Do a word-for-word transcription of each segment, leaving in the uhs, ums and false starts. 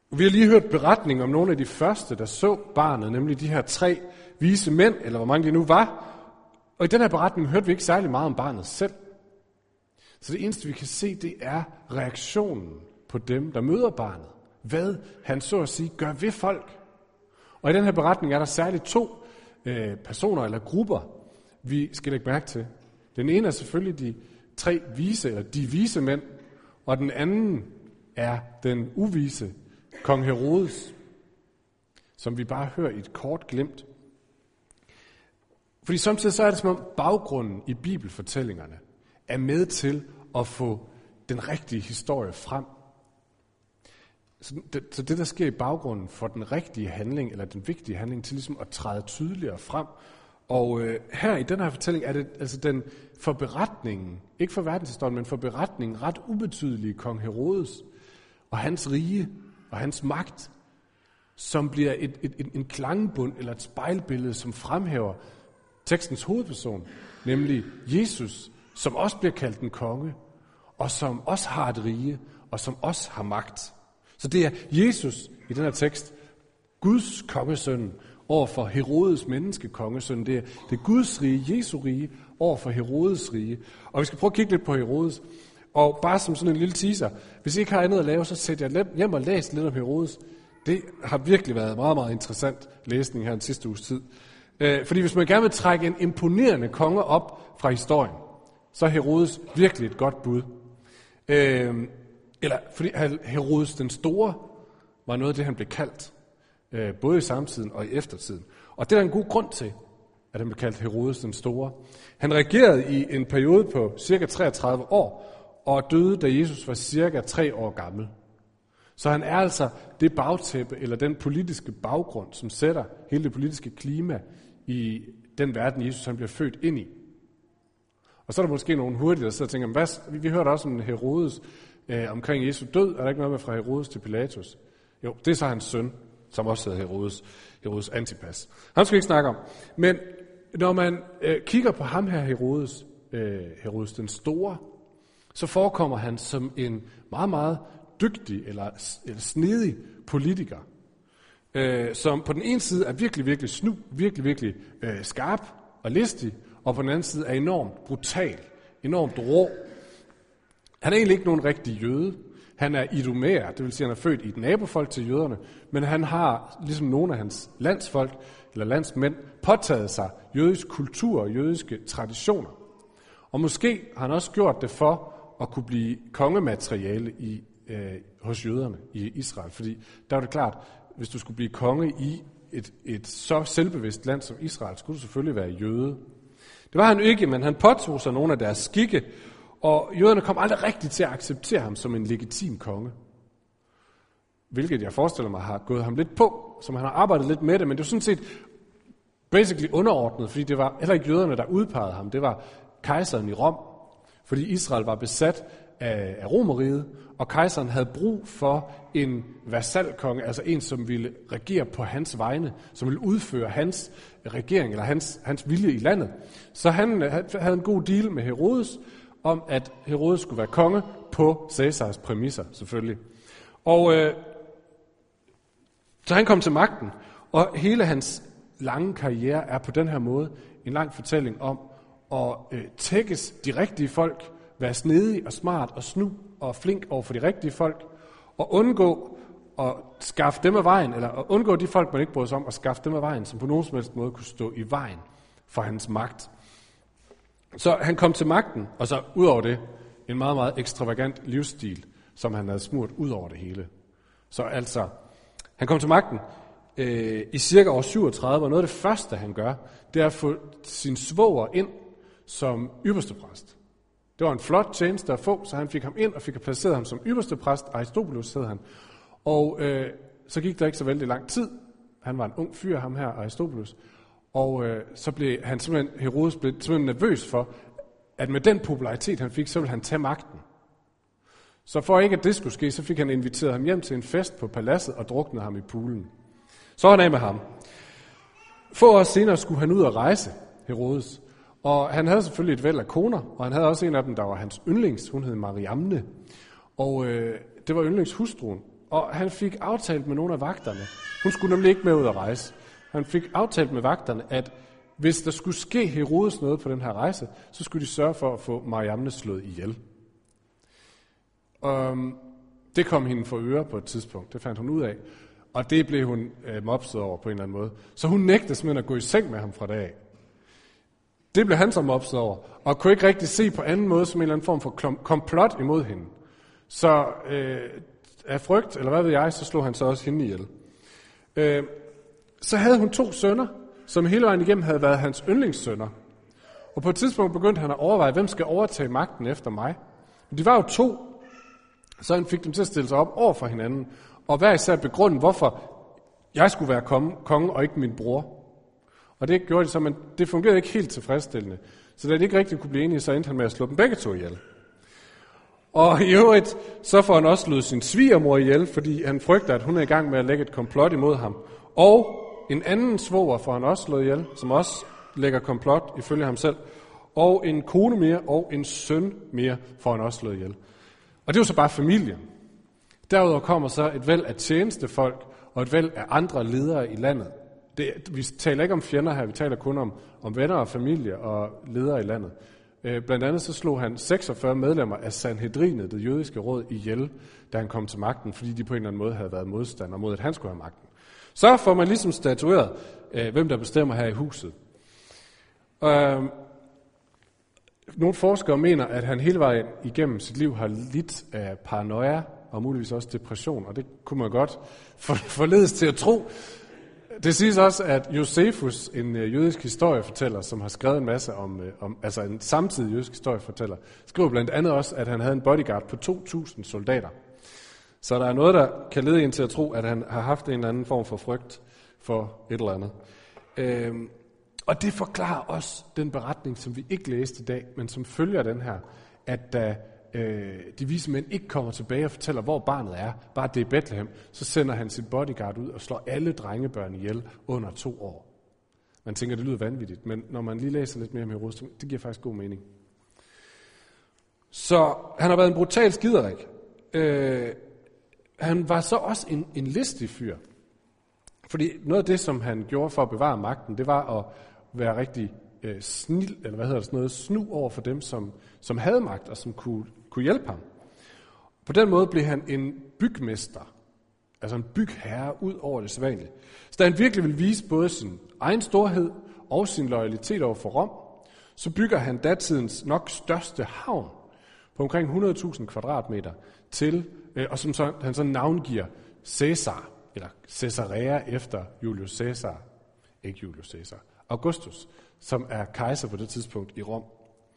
Vi har lige hørt beretning om nogle af de første, der så barnet, nemlig de her tre vise mænd, eller hvor mange de nu var. Og i den her beretning hørte vi ikke særlig meget om barnet selv. Så det eneste, vi kan se, det er reaktionen på dem, der møder barnet. Hvad han så at sige gør ved folk. Og i den her beretning er der særligt to øh, personer eller grupper, vi skal lægge mærke til. Den ene er selvfølgelig de tre vise, eller de vise mænd, og den anden er den uvise kong Herodes, som vi bare hører i et kort glimt. Fordi samtidig så er det som om baggrunden i bibelfortællingerne er med til at få den rigtige historie frem. Så det, så det, der sker i baggrunden for den rigtige handling, eller den vigtige handling, til ligesom at træde tydeligere frem. Og øh, her i den her fortælling er det altså den for beretningen, ikke for verdenshistorien, men for beretningen ret ubetydelige kong Herodes og hans rige og hans magt, som bliver et, et, et, en klangbund eller et spejlbillede, som fremhæver tekstens hovedperson, nemlig Jesus, som også bliver kaldt en konge, og som også har et rige, og som også har magt. Så det er Jesus i den her tekst, Guds kongesøn, over for Herodes menneskekongesøn. Det er, det er Guds rige, Jesu rige, over for Herodes rige. Og vi skal prøve at kigge lidt på Herodes. Og bare som sådan en lille teaser, hvis I ikke har andet at lave, så sæt jer hjem og læs lidt om Herodes. Det har virkelig været meget, meget interessant læsning her den sidste uges tid. Øh, fordi hvis man gerne vil trække en imponerende konge op fra historien, så er Herodes virkelig et godt bud. Øh, eller fordi Herodes den Store var noget af det, han blev kaldt. Øh, både i samtiden og i eftertiden. Og det er der en god grund til, at han blev kaldt Herodes den Store. Han regerede i en periode på cirka treogtredive år, og døde, da Jesus var cirka tre år gammel. Så han er altså det bagtæppe, eller den politiske baggrund, som sætter hele det politiske klima i den verden, Jesus han bliver født ind i. Og så er der måske nogen hurtigt, der sidder og tænker, hvad, vi, vi hørte også om Herodes øh, omkring Jesu død. Er der ikke noget med fra Herodes til Pilatus? Jo, det er så hans søn, som også hedder Herodes, Herodes Antipas. Han skal vi ikke snakke om. Men når man øh, kigger på ham her, Herodes, øh, Herodes den Store, så forekommer han som en meget, meget dygtig eller, eller snedig politiker, øh, som på den ene side er virkelig, virkelig snu, virkelig, virkelig øh, skarp og listig, og på den anden side er enormt brutal, enormt rå. Han er egentlig ikke nogen rigtig jøde. Han er idumeer, det vil sige, at han er født i et nabofolk til jøderne, men han har, ligesom nogle af hans landsfolk, eller landsmænd, påtaget sig jødisk kultur og jødiske traditioner. Og måske har han også gjort det for at kunne blive kongemateriale i, øh, hos jøderne i Israel. Fordi der var det klart, hvis du skulle blive konge i et, et så selvbevidst land som Israel, skulle du selvfølgelig være jøde. Det var han ikke, men han påtog sig nogle af deres skikke, og jøderne kom aldrig rigtigt til at acceptere ham som en legitim konge. Hvilket jeg forestiller mig har gået ham lidt på, som han har arbejdet lidt med det, men det var sådan set basically underordnet, fordi det var heller ikke jøderne, der udpegede ham. Det var kejseren i Rom, fordi Israel var besat af, af Romerriget, og kejseren havde brug for en vasalkonge, altså en, som ville regere på hans vegne, som ville udføre hans regering, eller hans, hans vilje i landet. Så han havde en god deal med Herodes, om at Herodes skulle være konge på Cæsars præmisser, selvfølgelig. Og øh, så han kom til magten, og hele hans lange karriere er på den her måde en lang fortælling om at øh, tækkes de rigtige folk, være snedig og smart og snu og flink over for de rigtige folk, og undgå at skaffe dem af vejen, eller at undgå de folk, man ikke bryder sig om, og skaffe dem af vejen, som på nogen som helst måde kunne stå i vejen for hans magt. Så han kom til magten, og så ud over det, en meget, meget ekstravagant livsstil, som han havde smurt ud over det hele. Så altså, han kom til magten øh, i cirka år syvogtredive, og noget af det første, han gør, det er at få sin svoger ind som ypperstepræst. Det var en flot tjeneste at få, så han fik ham ind og fik placeret ham som ypperstepræst. Aristobulus hed han. Og øh, så gik der ikke så vældig lang tid. Han var en ung fyr, ham her, Aristobulus. Og øh, så blev han simpelthen, Herodes blev simpelthen nervøs for, at med den popularitet, han fik, så ville han tage magten. Så for ikke at det skulle ske, så fik han inviteret ham hjem til en fest på paladset og druknede ham i poolen. Så var han af med ham. Få år senere skulle han ud og rejse, Herodes. Og han havde selvfølgelig et væld af koner, og han havde også en af dem, der var hans yndlings. Hun hed Mariamne. Og øh, det var yndlingshustruen Og han fik aftalt med nogle af vagterne. Hun skulle nemlig ikke med ud at rejse. Han fik aftalt med vagterne, at hvis der skulle ske Herodes noget på den her rejse, så skulle de sørge for at få Mariamne slået ihjel. Um, det kom hende for øre på et tidspunkt. Det fandt hun ud af. Og det blev hun øh, mopset over på en eller anden måde. Så hun nægtede simpelthen at gå i seng med ham fra dag af. Det blev han så mopset over, og kunne ikke rigtig se på anden måde som en eller anden form for komplot imod hende. Så øh, af frygt, eller hvad ved jeg, så slog han så også hende ihjel. Øh, så havde hun to sønner, som hele vejen igennem havde været hans yndlingssønner. Og på et tidspunkt begyndte han at overveje, hvem skal overtage magten efter mig. De var jo to, så han fik dem til at stille sig op over for hinanden, og hver især begrunde, hvorfor jeg skulle være konge og ikke min bror. Og det gjorde de så, men det fungerede ikke helt tilfredsstillende. Så da de ikke rigtig kunne blive enige, så endte han med at slå dem begge to ihjel. Og i øvrigt, så får han også slået sin svigermor ihjel, fordi han frygter, at hun er i gang med at lægge et komplot imod ham. Og en anden svoger får han også slået ihjel, som også lægger komplot ifølge ham selv. Og en kone mere og en søn mere får han også slået ihjel. Og det er jo så bare familien. Derudover kommer så et væld af tjenestefolk og et væld af andre ledere i landet. Det, vi taler ikke om fjender her, vi taler kun om, om venner og familie og ledere i landet. Øh, blandt andet så slog han seksogfyrre medlemmer af Sanhedrinet, det jødiske råd, ihjel, da han kom til magten, fordi de på en eller anden måde havde været modstandere mod, at han skulle have magten. Så får man ligesom statueret, øh, hvem der bestemmer her i huset. Øh, nogle forskere mener, at han hele vejen igennem sit liv har lidt af paranoia og muligvis også depression, og det kunne man godt forledes til at tro. Det siges også, at Josefus, en jødisk historiefortæller, som har skrevet en masse om, om altså en samtidig jødisk historiefortæller, skriver blandt andet også, at han havde en bodyguard på to tusind soldater. Så der er noget, der kan lede en til at tro, at han har haft en eller anden form for frygt for et eller andet. Øhm, og det forklarer også den beretning, som vi ikke læste i dag, men som følger den her, at da øh, de vise mænd ikke kommer tilbage og fortæller, hvor barnet er, bare det er Bethlehem, så sender han sit bodyguard ud og slår alle drengebørn ihjel under to år. Man tænker, det lyder vanvittigt, men når man lige læser lidt mere om Herodes, det giver faktisk god mening. Så han har været en brutal skiderik. Øh, han var så også en, en listig fyr. Fordi noget af det, som han gjorde for at bevare magten, det var at være rigtig øh, snil, eller hvad hedder det, sådan noget, snu over for dem, som, som havde magt og som kunne, kunne hjælpe ham. På den måde blev han en bygmester, altså en bygherre ud over det sædvanlige. Så da han virkelig vil vise både sin egen storhed og sin loyalitet over for Rom, så bygger han datidens nok største havn på omkring hundrede tusind kvadratmeter til, øh, og som så, han så navngiver Caesar, eller Caesarea efter Julius Caesar, ikke Julius Caesar, Augustus, som er kejser på det tidspunkt i Rom.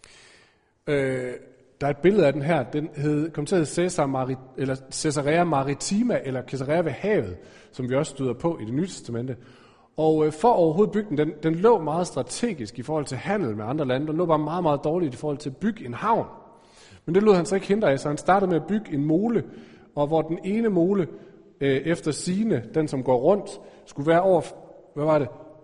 Øh, der er et billede af den her, den hed, kom til at hedde Caesar Mari- eller Caesarea Maritima, eller Caesarea ved havet, som vi også støder på i Det Nye Testamente. Og øh, for overhovedet bygge den, den, den lå meget strategisk i forhold til handel med andre lande, den lå bare meget, meget dårligt i forhold til at bygge en havn. Men det lod han så ikke hindre af, så han startede med at bygge en mole, og hvor den ene mole, øh, efter sigende, den som går rundt, skulle være over, hvad var det,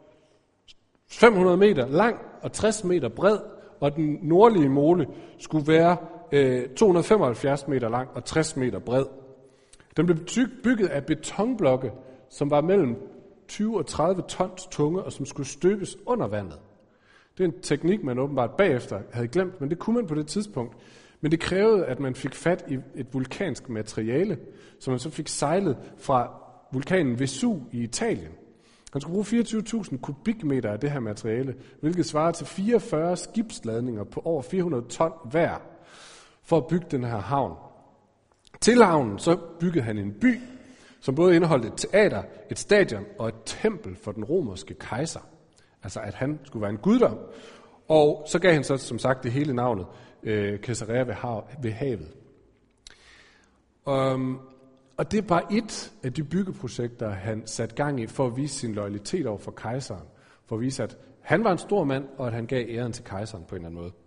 fem hundrede meter lang og tres meter bred, og den nordlige mole skulle være øh, to hundrede femoghalvfjerds meter lang og tres meter bred. Den blev bygget af betonblokke, som var mellem tyve og tredive tons tunge, og som skulle støbes under vandet. Det er en teknik, man åbenbart bagefter havde glemt, men det kunne man på det tidspunkt. Men det krævede, at man fik fat i et vulkansk materiale, som man så fik sejlet fra vulkanen Vesuv i Italien. Han skulle bruge fireogtyve tusind kubikmeter af det her materiale, hvilket svarer til fireogfyrre skibsladninger på over fire hundrede ton hver, for at bygge den her havn. Til havnen så byggede han en by, som både indeholdt et teater, et stadion og et tempel for den romerske kejser. Altså at han skulle være en guddom. Og så gav han så som sagt det hele navnet, øh, Caesarea ved, hav, ved havet. Um, og det er bare et af de byggeprojekter, han satte gang i for at vise sin loyalitet over for kejseren. For at vise, at han var en stor mand, og at han gav æren til kejseren på en eller anden måde.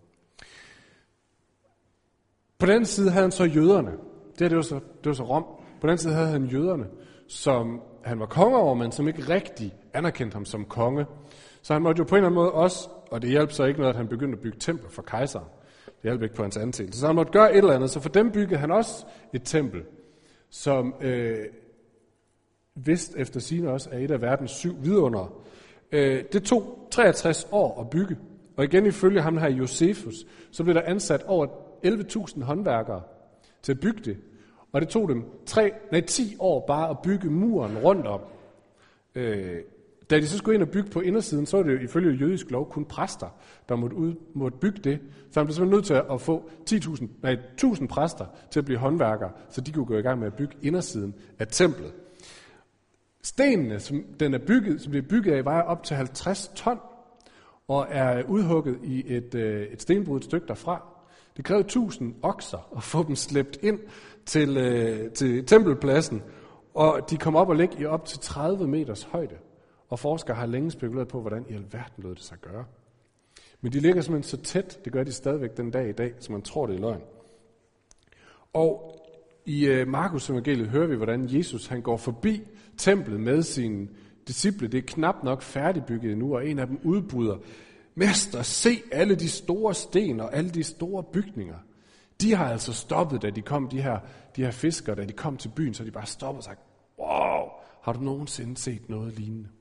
På den anden side havde han så jøderne. Det, her, det, var, så, det var så Rom. På den anden side havde han jøderne, som han var konge over, men som ikke rigtig anerkendte ham som konge. Så han måtte jo på en eller anden måde også, og det hjalp så ikke noget, at han begyndte at bygge templer for kejseren. Det hjalp ikke på hans anseelse. Så han måtte gøre et eller andet, så for dem byggede han også et tempel, som øh, vist efter sigende også er et af verdens syv vidundere. Øh, det tog treogtres år at bygge, og igen ifølge ham her Josefus, så blev der ansat over elleve tusind håndværkere til at bygge det. Og det tog dem tre, nej, ti år bare at bygge muren rundt om. Øh, da de så skulle ind og bygge på indersiden, så var det jo ifølge jødisk lov kun præster, der måtte, ud, måtte bygge det. Så han blev simpelthen nødt til at få ti tusind, nej, tusind præster til at blive håndværkere, så de kunne gå i gang med at bygge indersiden af templet. Stenene, som den er bygget, som det er bygget af, vejer op til halvtreds ton og er udhugget i et, øh, et stenbrud et stykke derfra. Det krævede tusind okser at få dem slæbt ind til, øh, til tempelpladsen, og de kom op og ligge i op til tredive meters højde. Og forskere har længe spekuleret på, hvordan i alverden lod det sig gøre. Men de ligger simpelthen så tæt, det gør de stadigvæk den dag i dag, så man tror, det er løgn. Og i øh, Markus evangeliet hører vi, hvordan Jesus han går forbi templet med sine disciple. Det er knap nok færdigbygget endnu, og en af dem udbryder: Mester, se alle de store sten og alle de store bygninger. De har altså stoppet, da de kom, de her, de her fiskere, da de kom til byen, så de bare stoppede og sagde: Wow, har du nogensinde set noget lignende?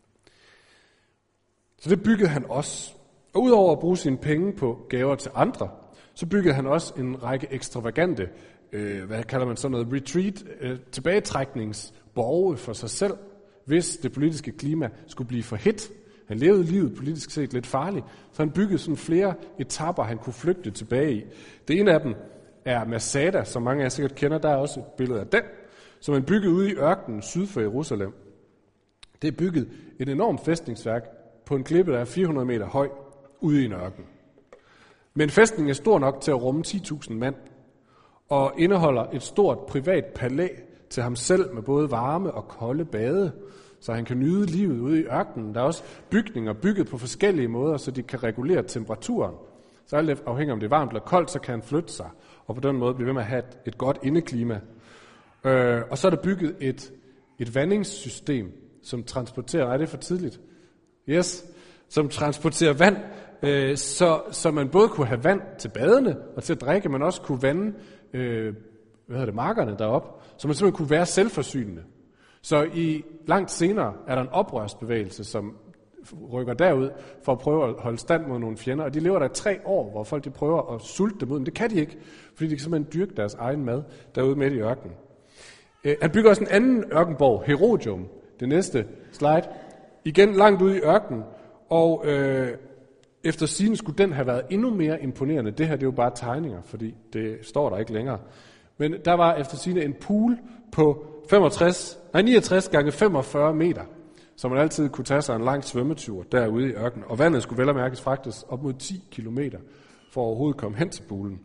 Så det byggede han også. Og udover at bruge sine penge på gaver til andre, så byggede han også en række ekstravagante, øh, hvad kalder man sådan noget, retreat, øh, tilbagetrækningsborge for sig selv, hvis det politiske klima skulle blive for hit. Han levede livet politisk set lidt farligt, så han byggede sådan flere etaper, han kunne flygte tilbage i. Det ene af dem er Masada, som mange af jer sikkert kender. Der er også et billede af den, som han byggede ude i ørkenen syd for Jerusalem. Det er bygget et enormt fæstningsværk på en klippe, der er fire hundrede meter høj, ude i en ørken. Men fæstningen er stor nok til at rumme ti tusind mand, og indeholder et stort privat palæ til ham selv med både varme og kolde bade, så han kan nyde livet ude i ørkenen. Der er også bygninger bygget på forskellige måder, så de kan regulere temperaturen. Så alt afhængig om det er varmt eller koldt, så kan han flytte sig, og på den måde blive ved med at have et, et godt indeklima. Øh, og så er der bygget et, et vandingssystem, som transporterer, nej det er for tidligt, yes, som transporterer vand, øh, så, så man både kunne have vand til badene og til at drikke, men også kunne vande øh, hvad hedder det, markerne derop, så man simpelthen kunne være selvforsynende. Så i langt senere er der en oprørsbevægelse, som rykker derud for at prøve at holde stand mod nogle fjender, og de lever der i tre år, hvor folk de prøver at sulte dem ud, men det kan de ikke, fordi de kan simpelthen dyrke deres egen mad derude midt i ørkenen. Øh, han bygger også en anden ørkenborg, Herodium, det næste slide, igen langt ude i ørkenen, og øh, efter sigende skulle den have været endnu mere imponerende. Det her det er jo bare tegninger, fordi det står der ikke længere. Men der var efter sigende en pool på femogtres, nej, niogtres gange femogfyrre meter, så man altid kunne tage sig en lang svømmetur derude i ørkenen. Og vandet skulle vel og mærkes fragtes op mod ti kilometer for at overhovedet komme hen til poolen.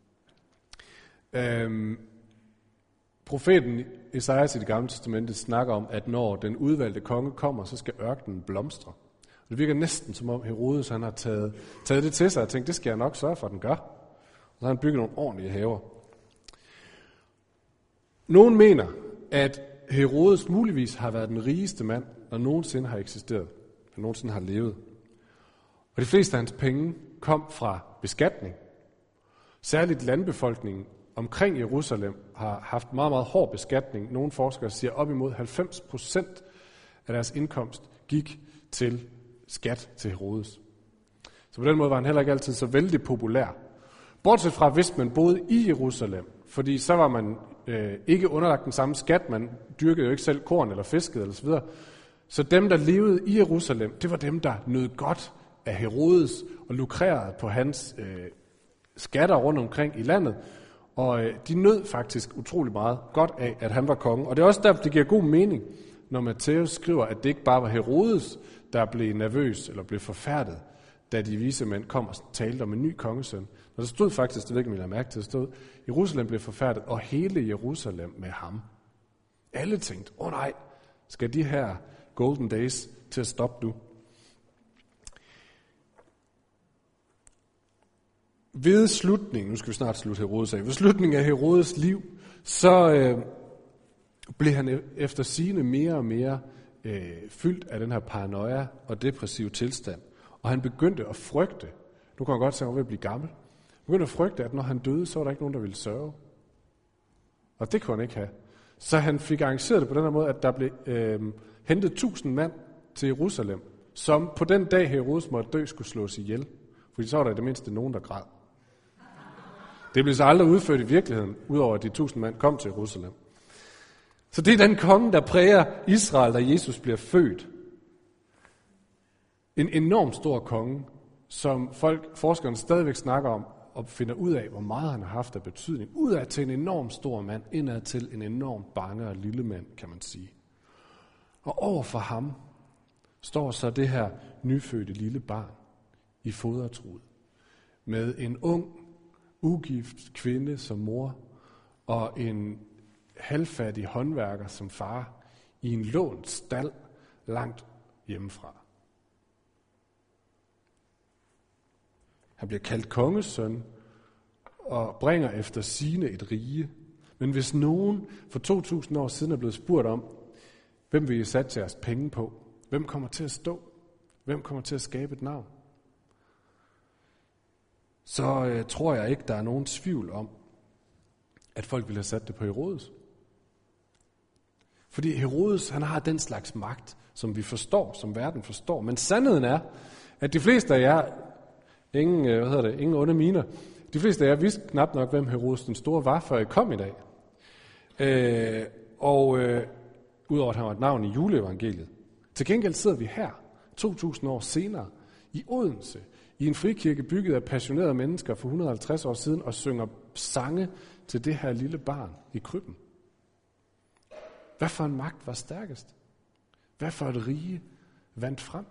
Øhm, profeten Esajas i Det Gamle Testamente snakker om, at når den udvalgte konge kommer, så skal ørkenen blomstre. Og det virker næsten som om Herodes han har taget, taget det til sig og tænkt, det skal jeg nok sørge for, at den gør. Og så har han bygget nogle ordentlige haver. Nogen mener, at Herodes muligvis har været den rigeste mand, der nogensinde har eksisteret, der nogensinde har levet. Og de fleste af hans penge kom fra beskatning. Særligt landbefolkningen omkring Jerusalem har haft meget, meget hård beskatning. Nogle forskere siger, at op imod halvfems procent af deres indkomst gik til skat til Herodes. Så på den måde var han heller ikke altid så vældig populær. Bortset fra, hvis man boede i Jerusalem, fordi så var man øh, ikke underlagt den samme skat, man dyrkede jo ikke selv korn eller fiskede eller så videre. Så dem, der levede i Jerusalem, det var dem, der nød godt af Herodes og lukrerede på hans øh, skatter rundt omkring i landet. Og øh, de nød faktisk utrolig meget godt af, at han var konge. Og det er også derfor, det giver god mening, når Matthæus skriver, at det ikke bare var Herodes, der blev nervøs eller blev forfærdet, da de vise mænd kom og talte om en ny kongesøn. Når der stod faktisk, det ved ikke, om I har mærket til, det stod, Jerusalem blev forfærdet, og hele Jerusalem med ham. Alle tænkte, åh oh, nej, skal de her golden days til at stoppe nu? Ved slutningen, nu skal vi snart slutte Herodes af, ved slutningen af Herodes liv, så øh, blev han efter sigende mere og mere øh, fyldt af den her paranoia og depressiv tilstand. Og han begyndte at frygte, nu kan man godt sige, at han var ved at blive gammel, han begyndte at frygte, at når han døde, så var der ikke nogen, der ville sørge. Og det kunne han ikke have. Så han fik arrangeret det på den her måde, at der blev øh, hentet tusind mand til Jerusalem, som på den dag Herodes måtte dø, skulle slås ihjel. Fordi så var der i det mindste nogen, der græd. Det blev så aldrig udført i virkeligheden, udover at de tusind mand kom til Jerusalem. Så det er den konge, der præger Israel, da Jesus bliver født. En enormt stor konge, som folk, forskerne stadigvæk snakker om, og finder ud af, hvor meget han har haft af betydning. Udad til en enormt stor mand, indad til en enormt bange og lille mand, kan man sige. Og over for ham står så det her nyfødte lille barn i fodertrud, med en ung, ugift kvinde som mor, og en halvfattig håndværker som far, i en lånt stald langt hjemmefra. Han bliver kaldt kongesøn og bringer efter sigende et rige. Men hvis nogen for to tusind år siden er blevet spurgt om, hvem vil I sætte jeres penge på? Hvem kommer til at stå? Hvem kommer til at skabe et navn? Så øh, tror jeg ikke, der er nogen tvivl om, at folk ville have sat det på Herodes. Fordi Herodes, han har den slags magt, som vi forstår, som verden forstår. Men sandheden er, at de fleste af jer, ingen, hvad hedder det, ingen onde miner, de fleste af jer vidste knap nok, hvem Herodes den store var, før I kom i dag. Øh, og øh, udover at han var et navn i juleevangeliet. Til gengæld sidder vi her, to tusind år senere, i Odense, i en frikirke bygget af passionerede mennesker for et hundrede og halvtreds år siden, og synger sange til det her lille barn i krybben. Hvad for en magt var stærkest? Hvad for et rige vandt frem?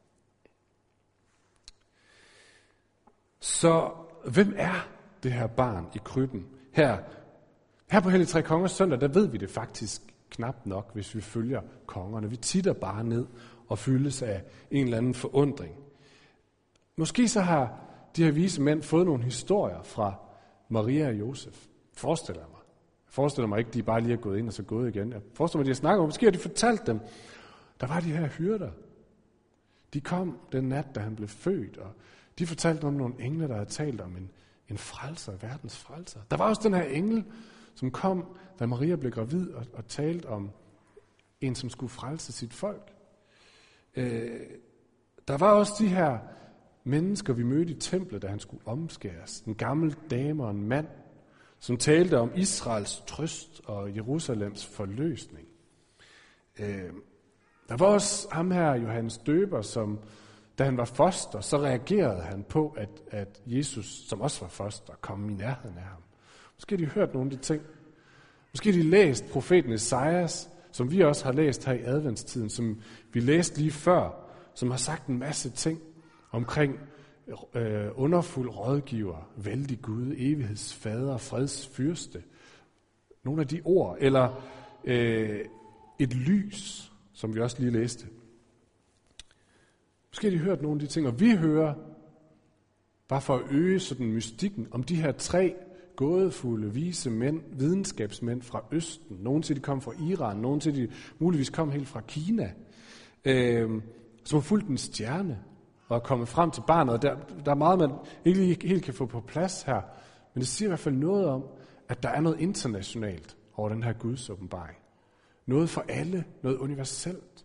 Så hvem er det her barn i krybben? Her, her på Hellig Tre Kongers søndag, der ved vi det faktisk knap nok, hvis vi følger kongerne. Vi titter bare ned og fyldes af en eller anden forundring. Måske så har de her vise mænd fået nogle historier fra Maria og Josef. Forestiller jeg mig. Jeg forestiller mig ikke, de bare lige er gået ind og så gået igen. Jeg forestiller mig, de har snakket om. Måske har de fortalt dem. Der var de her hyrder. De kom den nat, da han blev født, og de fortalte om nogle engle, der havde talt om en, en frelser, verdens frelser. Der var også den her engel, som kom, da Maria blev gravid, og, og talte om en, som skulle frelse sit folk. Øh, der var også de her mennesker, vi mødte i templet, da han skulle omskæres. En gammel dame og en mand, som talte om Israels trøst og Jerusalems forløsning. Øh, der var også ham her, Johannes Døber, som da han var foster, så reagerede han på, at, at Jesus, som også var foster, kom i nærheden af ham. Måske har de hørt nogle af de ting. Måske har de læst profeten Esajas, som vi også har læst her i adventstiden, som vi læste lige før, som har sagt en masse ting omkring øh, underfuld rådgiver, vældig Gud, evighedsfader, fredsfyrste. Nogle af de ord, eller øh, et lys, som vi også lige læste. Måske har de hørt nogle af de ting, og vi hører, bare for at øge sådan mystikken, om de her tre gådefulde, vise mænd, videnskabsmænd fra Østen. Nogle til de kom fra Iran, nogle til de muligvis kom helt fra Kina, øh, som har fulgt en stjerne og er kommet frem til barnet. Og der, der er meget, man ikke helt kan få på plads her, men det siger i hvert fald noget om, at der er noget internationalt over den her Guds åbenbaring. Noget for alle, noget universelt.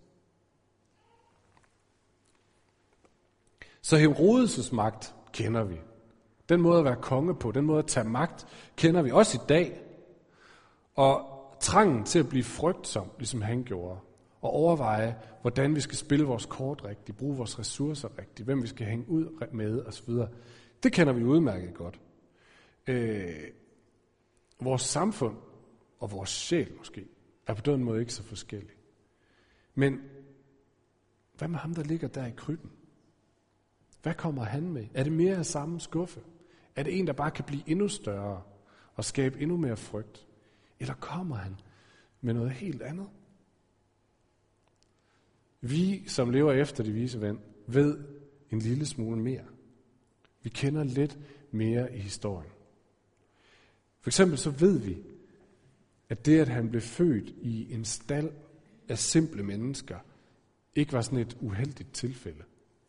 Så Herodes' magt kender vi. Den måde at være konge på, den måde at tage magt, kender vi også i dag. Og trangen til at blive frygtsom, ligesom han gjorde, og overveje, hvordan vi skal spille vores kort rigtigt, bruge vores ressourcer rigtigt, hvem vi skal hænge ud med osv. Det kender vi udmærket godt. Øh, vores samfund og vores sjæl måske er på den måde ikke så forskellige. Men hvad med ham, der ligger der i krybben? Hvad kommer han med? Er det mere af samme skuffe? Er det en, der bare kan blive endnu større og skabe endnu mere frygt? Eller kommer han med noget helt andet? Vi, som lever efter de vise mænd, ved en lille smule mere. Vi kender lidt mere i historien. For eksempel så ved vi, at det, at han blev født i en stald af simple mennesker, ikke var sådan et uheldigt tilfælde.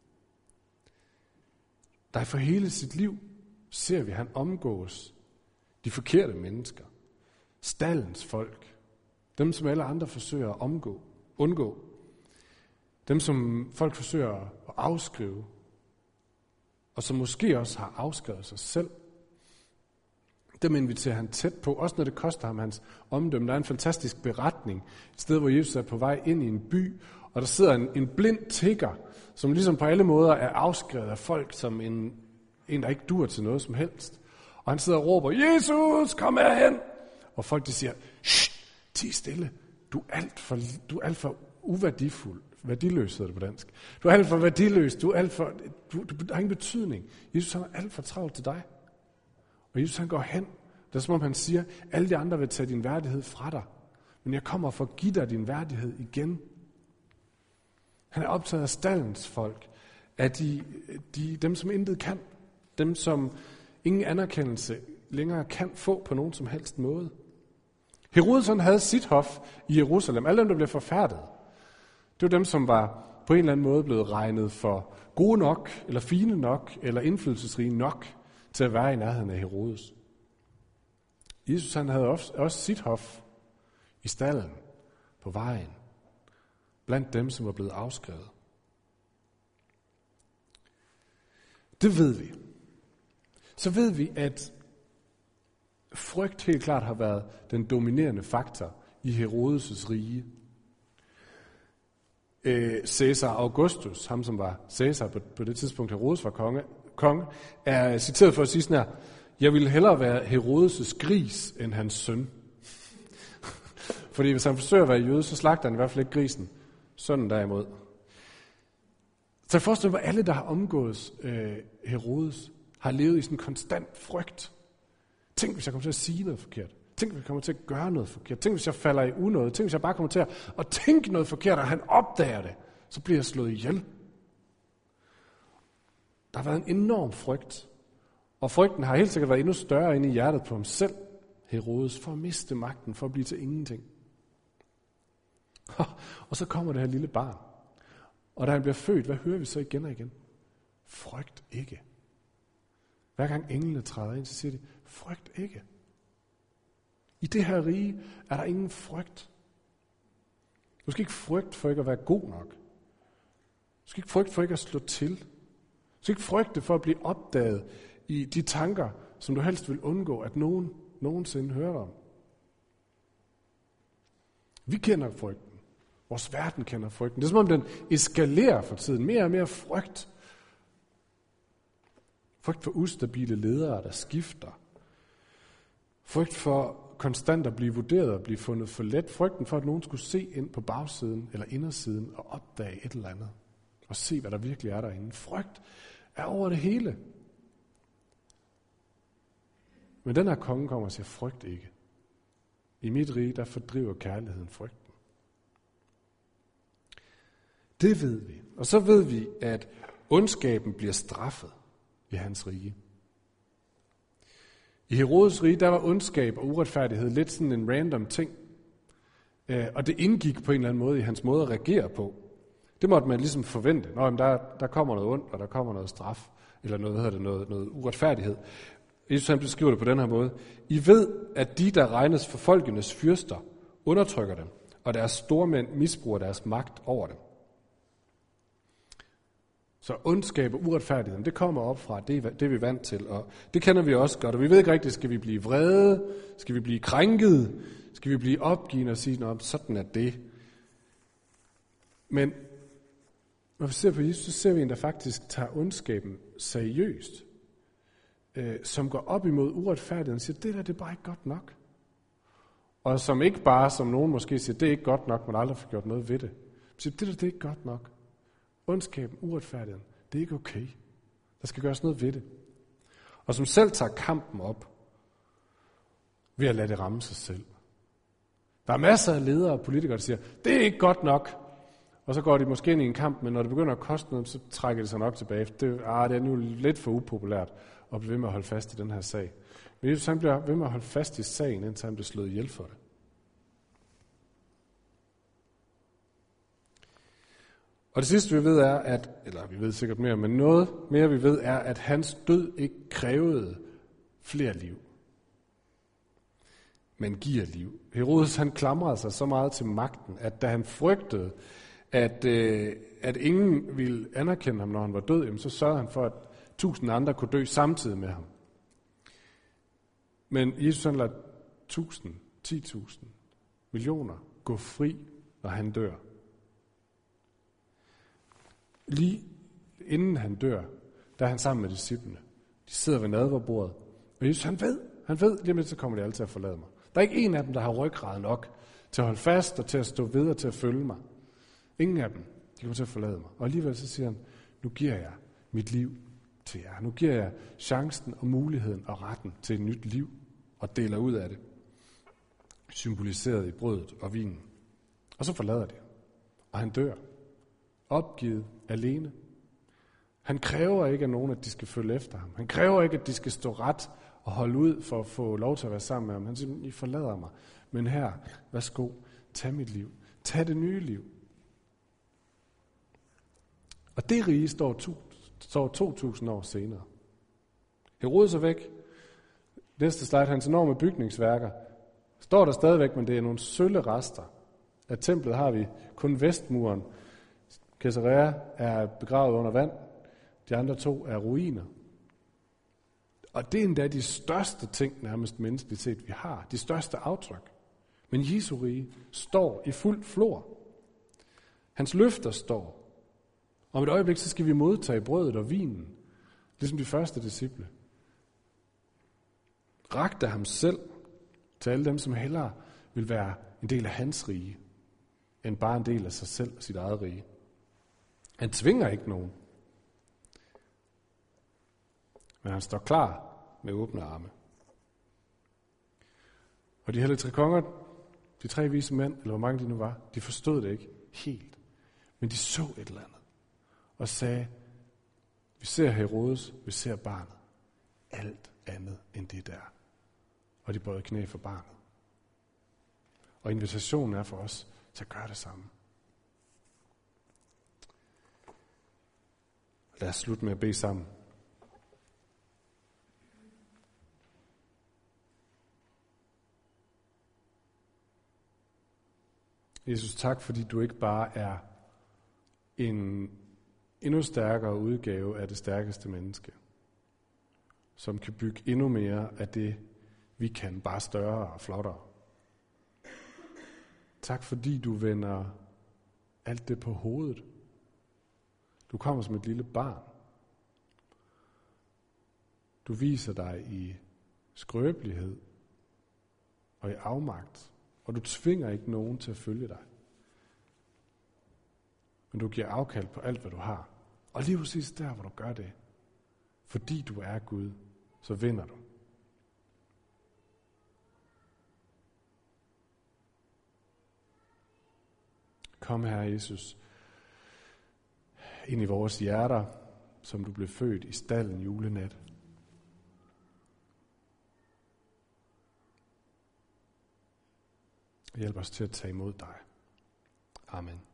Der for hele sit liv ser vi, at han omgås de forkerte mennesker, staldens folk, Dem, som alle andre forsøger at omgå, undgå. Dem, som folk forsøger at afskrive. Og som måske også har afskrevet sig selv. Dem inviterer han tæt på, også når det koster ham hans omdømme. Der er en fantastisk beretning, et sted, hvor Jesus er på vej ind i en by, og der sidder en, en blind tigger, som ligesom på alle måder er afskrevet af folk, som en, en, der ikke dur til noget som helst. Og han sidder og råber, Jesus, kom herhen! Og folk de siger, shh, tig stille, du er alt for, du er alt for uværdifuld. Værdiløs hedder det på dansk. Du er alt for værdiløs, du er alt for, du, du, du har ingen betydning. Jesus han er alt for travlt til dig. Og Jesus han går hen, det er som om han siger, alle de andre vil tage din værdighed fra dig, men jeg kommer for at give dig din værdighed igen. Han er optaget af staldens folk, af de, de, dem som intet kan, dem som ingen anerkendelse længere kan få på nogen som helst måde. Herodes han havde sit hof i Jerusalem, alle dem der blev forfærdet. Det var dem som var på en eller anden måde blevet regnet for gode nok, eller fine nok, eller indflydelsesrige nok, til at være i nærheden af Herodes. Jesus han havde også, også sit hof i stallen, på vejen, blandt dem, som var blevet afskrevet. Det ved vi. Så ved vi, at frygt helt klart har været den dominerende faktor i Herodes' rige. Øh, Caesar Augustus, ham som var Caesar på, på det tidspunkt, Herodes var konge, konge, er citeret for at sige sådan her, jeg ville hellere være Herodes' gris end hans søn. Fordi hvis han forsøger at være jøde, så slagter han i hvert fald ikke grisen. Sønnen derimod. Så jeg forestiller mig, at alle, der har omgået øh, Herodes, har levet i sådan en konstant frygt. Tænk, hvis jeg kommer til at sige noget forkert. Tænk, hvis jeg kommer til at gøre noget forkert. Tænk, hvis jeg falder i unåde. Tænk, hvis jeg bare kommer til at, at tænke noget forkert, og han opdager det. Så bliver jeg slået ihjel. Der har været en enorm frygt. Og frygten har helt sikkert været endnu større inde i hjertet på ham selv, Herodes, for at miste magten, for at blive til ingenting. Og så kommer det her lille barn. Og da han bliver født, hvad hører vi så igen og igen? Frygt ikke. Hver gang englene træder ind, så siger de, frygt ikke. I det her rige er der ingen frygt. Du skal ikke frygte for ikke at være god nok. Du skal ikke frygte for ikke at slå til. Du skal ikke frygte for at blive opdaget i de tanker, som du helst vil undgå, at nogen nogensinde hører om. Vi kender frygten. Vores verden kender frygten. Det er som om den eskalerer for tiden. Mere og mere frygt. Frygt for ustabile ledere, der skifter. Frygt for konstant at blive vurderet og blive fundet for let. Frygten for, at nogen skulle se ind på bagsiden eller indersiden og opdage et eller andet. Og se, hvad der virkelig er derinde. Frygt er over det hele. Men den her konge kommer og siger, frygt ikke. I mit rige, der fordriver kærligheden frygten. Det ved vi. Og så ved vi, at ondskaben bliver straffet i hans rige. I Herodes rige, der var ondskab og uretfærdighed lidt sådan en random ting. Og det indgik på en eller anden måde i hans måde at reagere på. Det måtte man ligesom forvente. Nå, jamen der, der kommer noget ondt, og der kommer noget straf, eller noget, hvad hedder det, noget, noget uretfærdighed. Jesus han beskriver det på den her måde. I ved, at de, der regnes for folkenes fyrster, undertrykker dem, og deres stormænd misbruger deres magt over dem. Så ondskab og uretfærdighed, det kommer op fra, det er, det er vi vant til, og det kender vi også godt, og vi ved ikke rigtigt, skal vi blive vrede, skal vi blive krænket, skal vi blive opgivet og sige, nå, sådan er det. Men når vi ser på Jesus, så ser vi en, der faktisk tager ondskaben seriøst, øh, som går op imod uretfærdigheden og siger, det der, det er bare ikke godt nok. Og som ikke bare, som nogen måske siger, det er ikke godt nok, man aldrig får gjort noget ved det. Så siger, det der, det er ikke godt nok. Ondskaben, uretfærdigheden, det er ikke okay. Der skal gøres noget ved det. Og som selv tager kampen op ved at lade det ramme sig selv. Der er masser af ledere og politikere, der siger, det er ikke godt nok. Og så går de måske ind i en kamp, men når det begynder at koste noget, så trækker de sig nok tilbage. Det, ah, det er nu lidt for upopulært at blive ved med at holde fast i den her sag. Men Jesus han bliver ved med at holde fast i sagen, indtil han bliver slået ihjel for det. Og det sidste vi ved er, at, eller vi ved sikkert mere, men noget mere vi ved er, at hans død ikke krævede flere liv. men giver liv. Herodes han klamrede sig så meget til magten, at da han frygtede, at, øh, at ingen ville anerkende ham, når han var død, jamen, så sørgede han for, at tusind andre kunne dø samtidig med ham. Men Jesus han lader tusind, ti tusind, millioner gå fri, når han dør. Lige inden han dør, der er han sammen med disciplene. De sidder ved nadverbordet, og Jesus han ved, han ved, lige om lidt så kommer de alle til at forlade mig. Der er ikke en af dem, der har ryggrad nok til at holde fast og til at stå ved og til at følge mig. Ingen af dem, de kommer til at forlade mig. Og alligevel så siger han, nu giver jeg mit liv til jer. Nu giver jeg chancen og muligheden og retten til et nyt liv og deler ud af det. Symboliseret i brødet og vinen. Og så forlader de. Og han dør. Opgivet, alene. Han kræver ikke af nogen, at de skal følge efter ham. Han kræver ikke, at de skal stå ret og holde ud for at få lov til at være sammen med ham. Han siger, I forlader mig. Men her, værsgo, tag mit liv. Tag det nye liv. Og det rige står to, står to tusind år senere. Herodes er væk. Næste slide, hans enorme bygningsværker, står der stadigvæk, men det er nogle sølle rester. Af templet har vi kun vestmuren. Caesarea er begravet under vand. De andre to er ruiner. Og det er endda de største ting, nærmest menneskeligt set, vi har. De største aftryk. Men Jesu rige står i fuld flor. Hans løfter står. Om et øjeblik, så skal vi modtage brødet og vinen, ligesom de første disciple. Rakte ham selv til alle dem, som hellere vil være en del af hans rige, end bare en del af sig selv og sit eget rige. Han tvinger ikke nogen. Men han står klar med åbne arme. Og de hellige tre konger, de tre vise mænd, eller hvor mange de nu var, de forstod det ikke helt. Men de så et eller andet. Og sagde, vi ser Herodes, vi ser barnet. Alt andet end det der. Og de bøjede knæ for barnet. Og invitationen er for os til at gøre det samme. Lad os slutte med at bede sammen. Jesus, tak fordi du ikke bare er en endnu stærkere udgave af det stærkeste menneske, som kan bygge endnu mere af det, vi kan, bare større og flottere. Tak fordi du vender alt det på hovedet. Du kommer som et lille barn. Du viser dig i skrøbelighed og i afmagt, og du tvinger ikke nogen til at følge dig. Men du giver afkald på alt, hvad du har. Og lige præcis der, hvor du gør det, fordi du er Gud, så vinder du. Kom, Herre Jesus, ind i vores hjerter, som du blev født i stalden julenat. Hjælp os til at tage imod dig. Amen.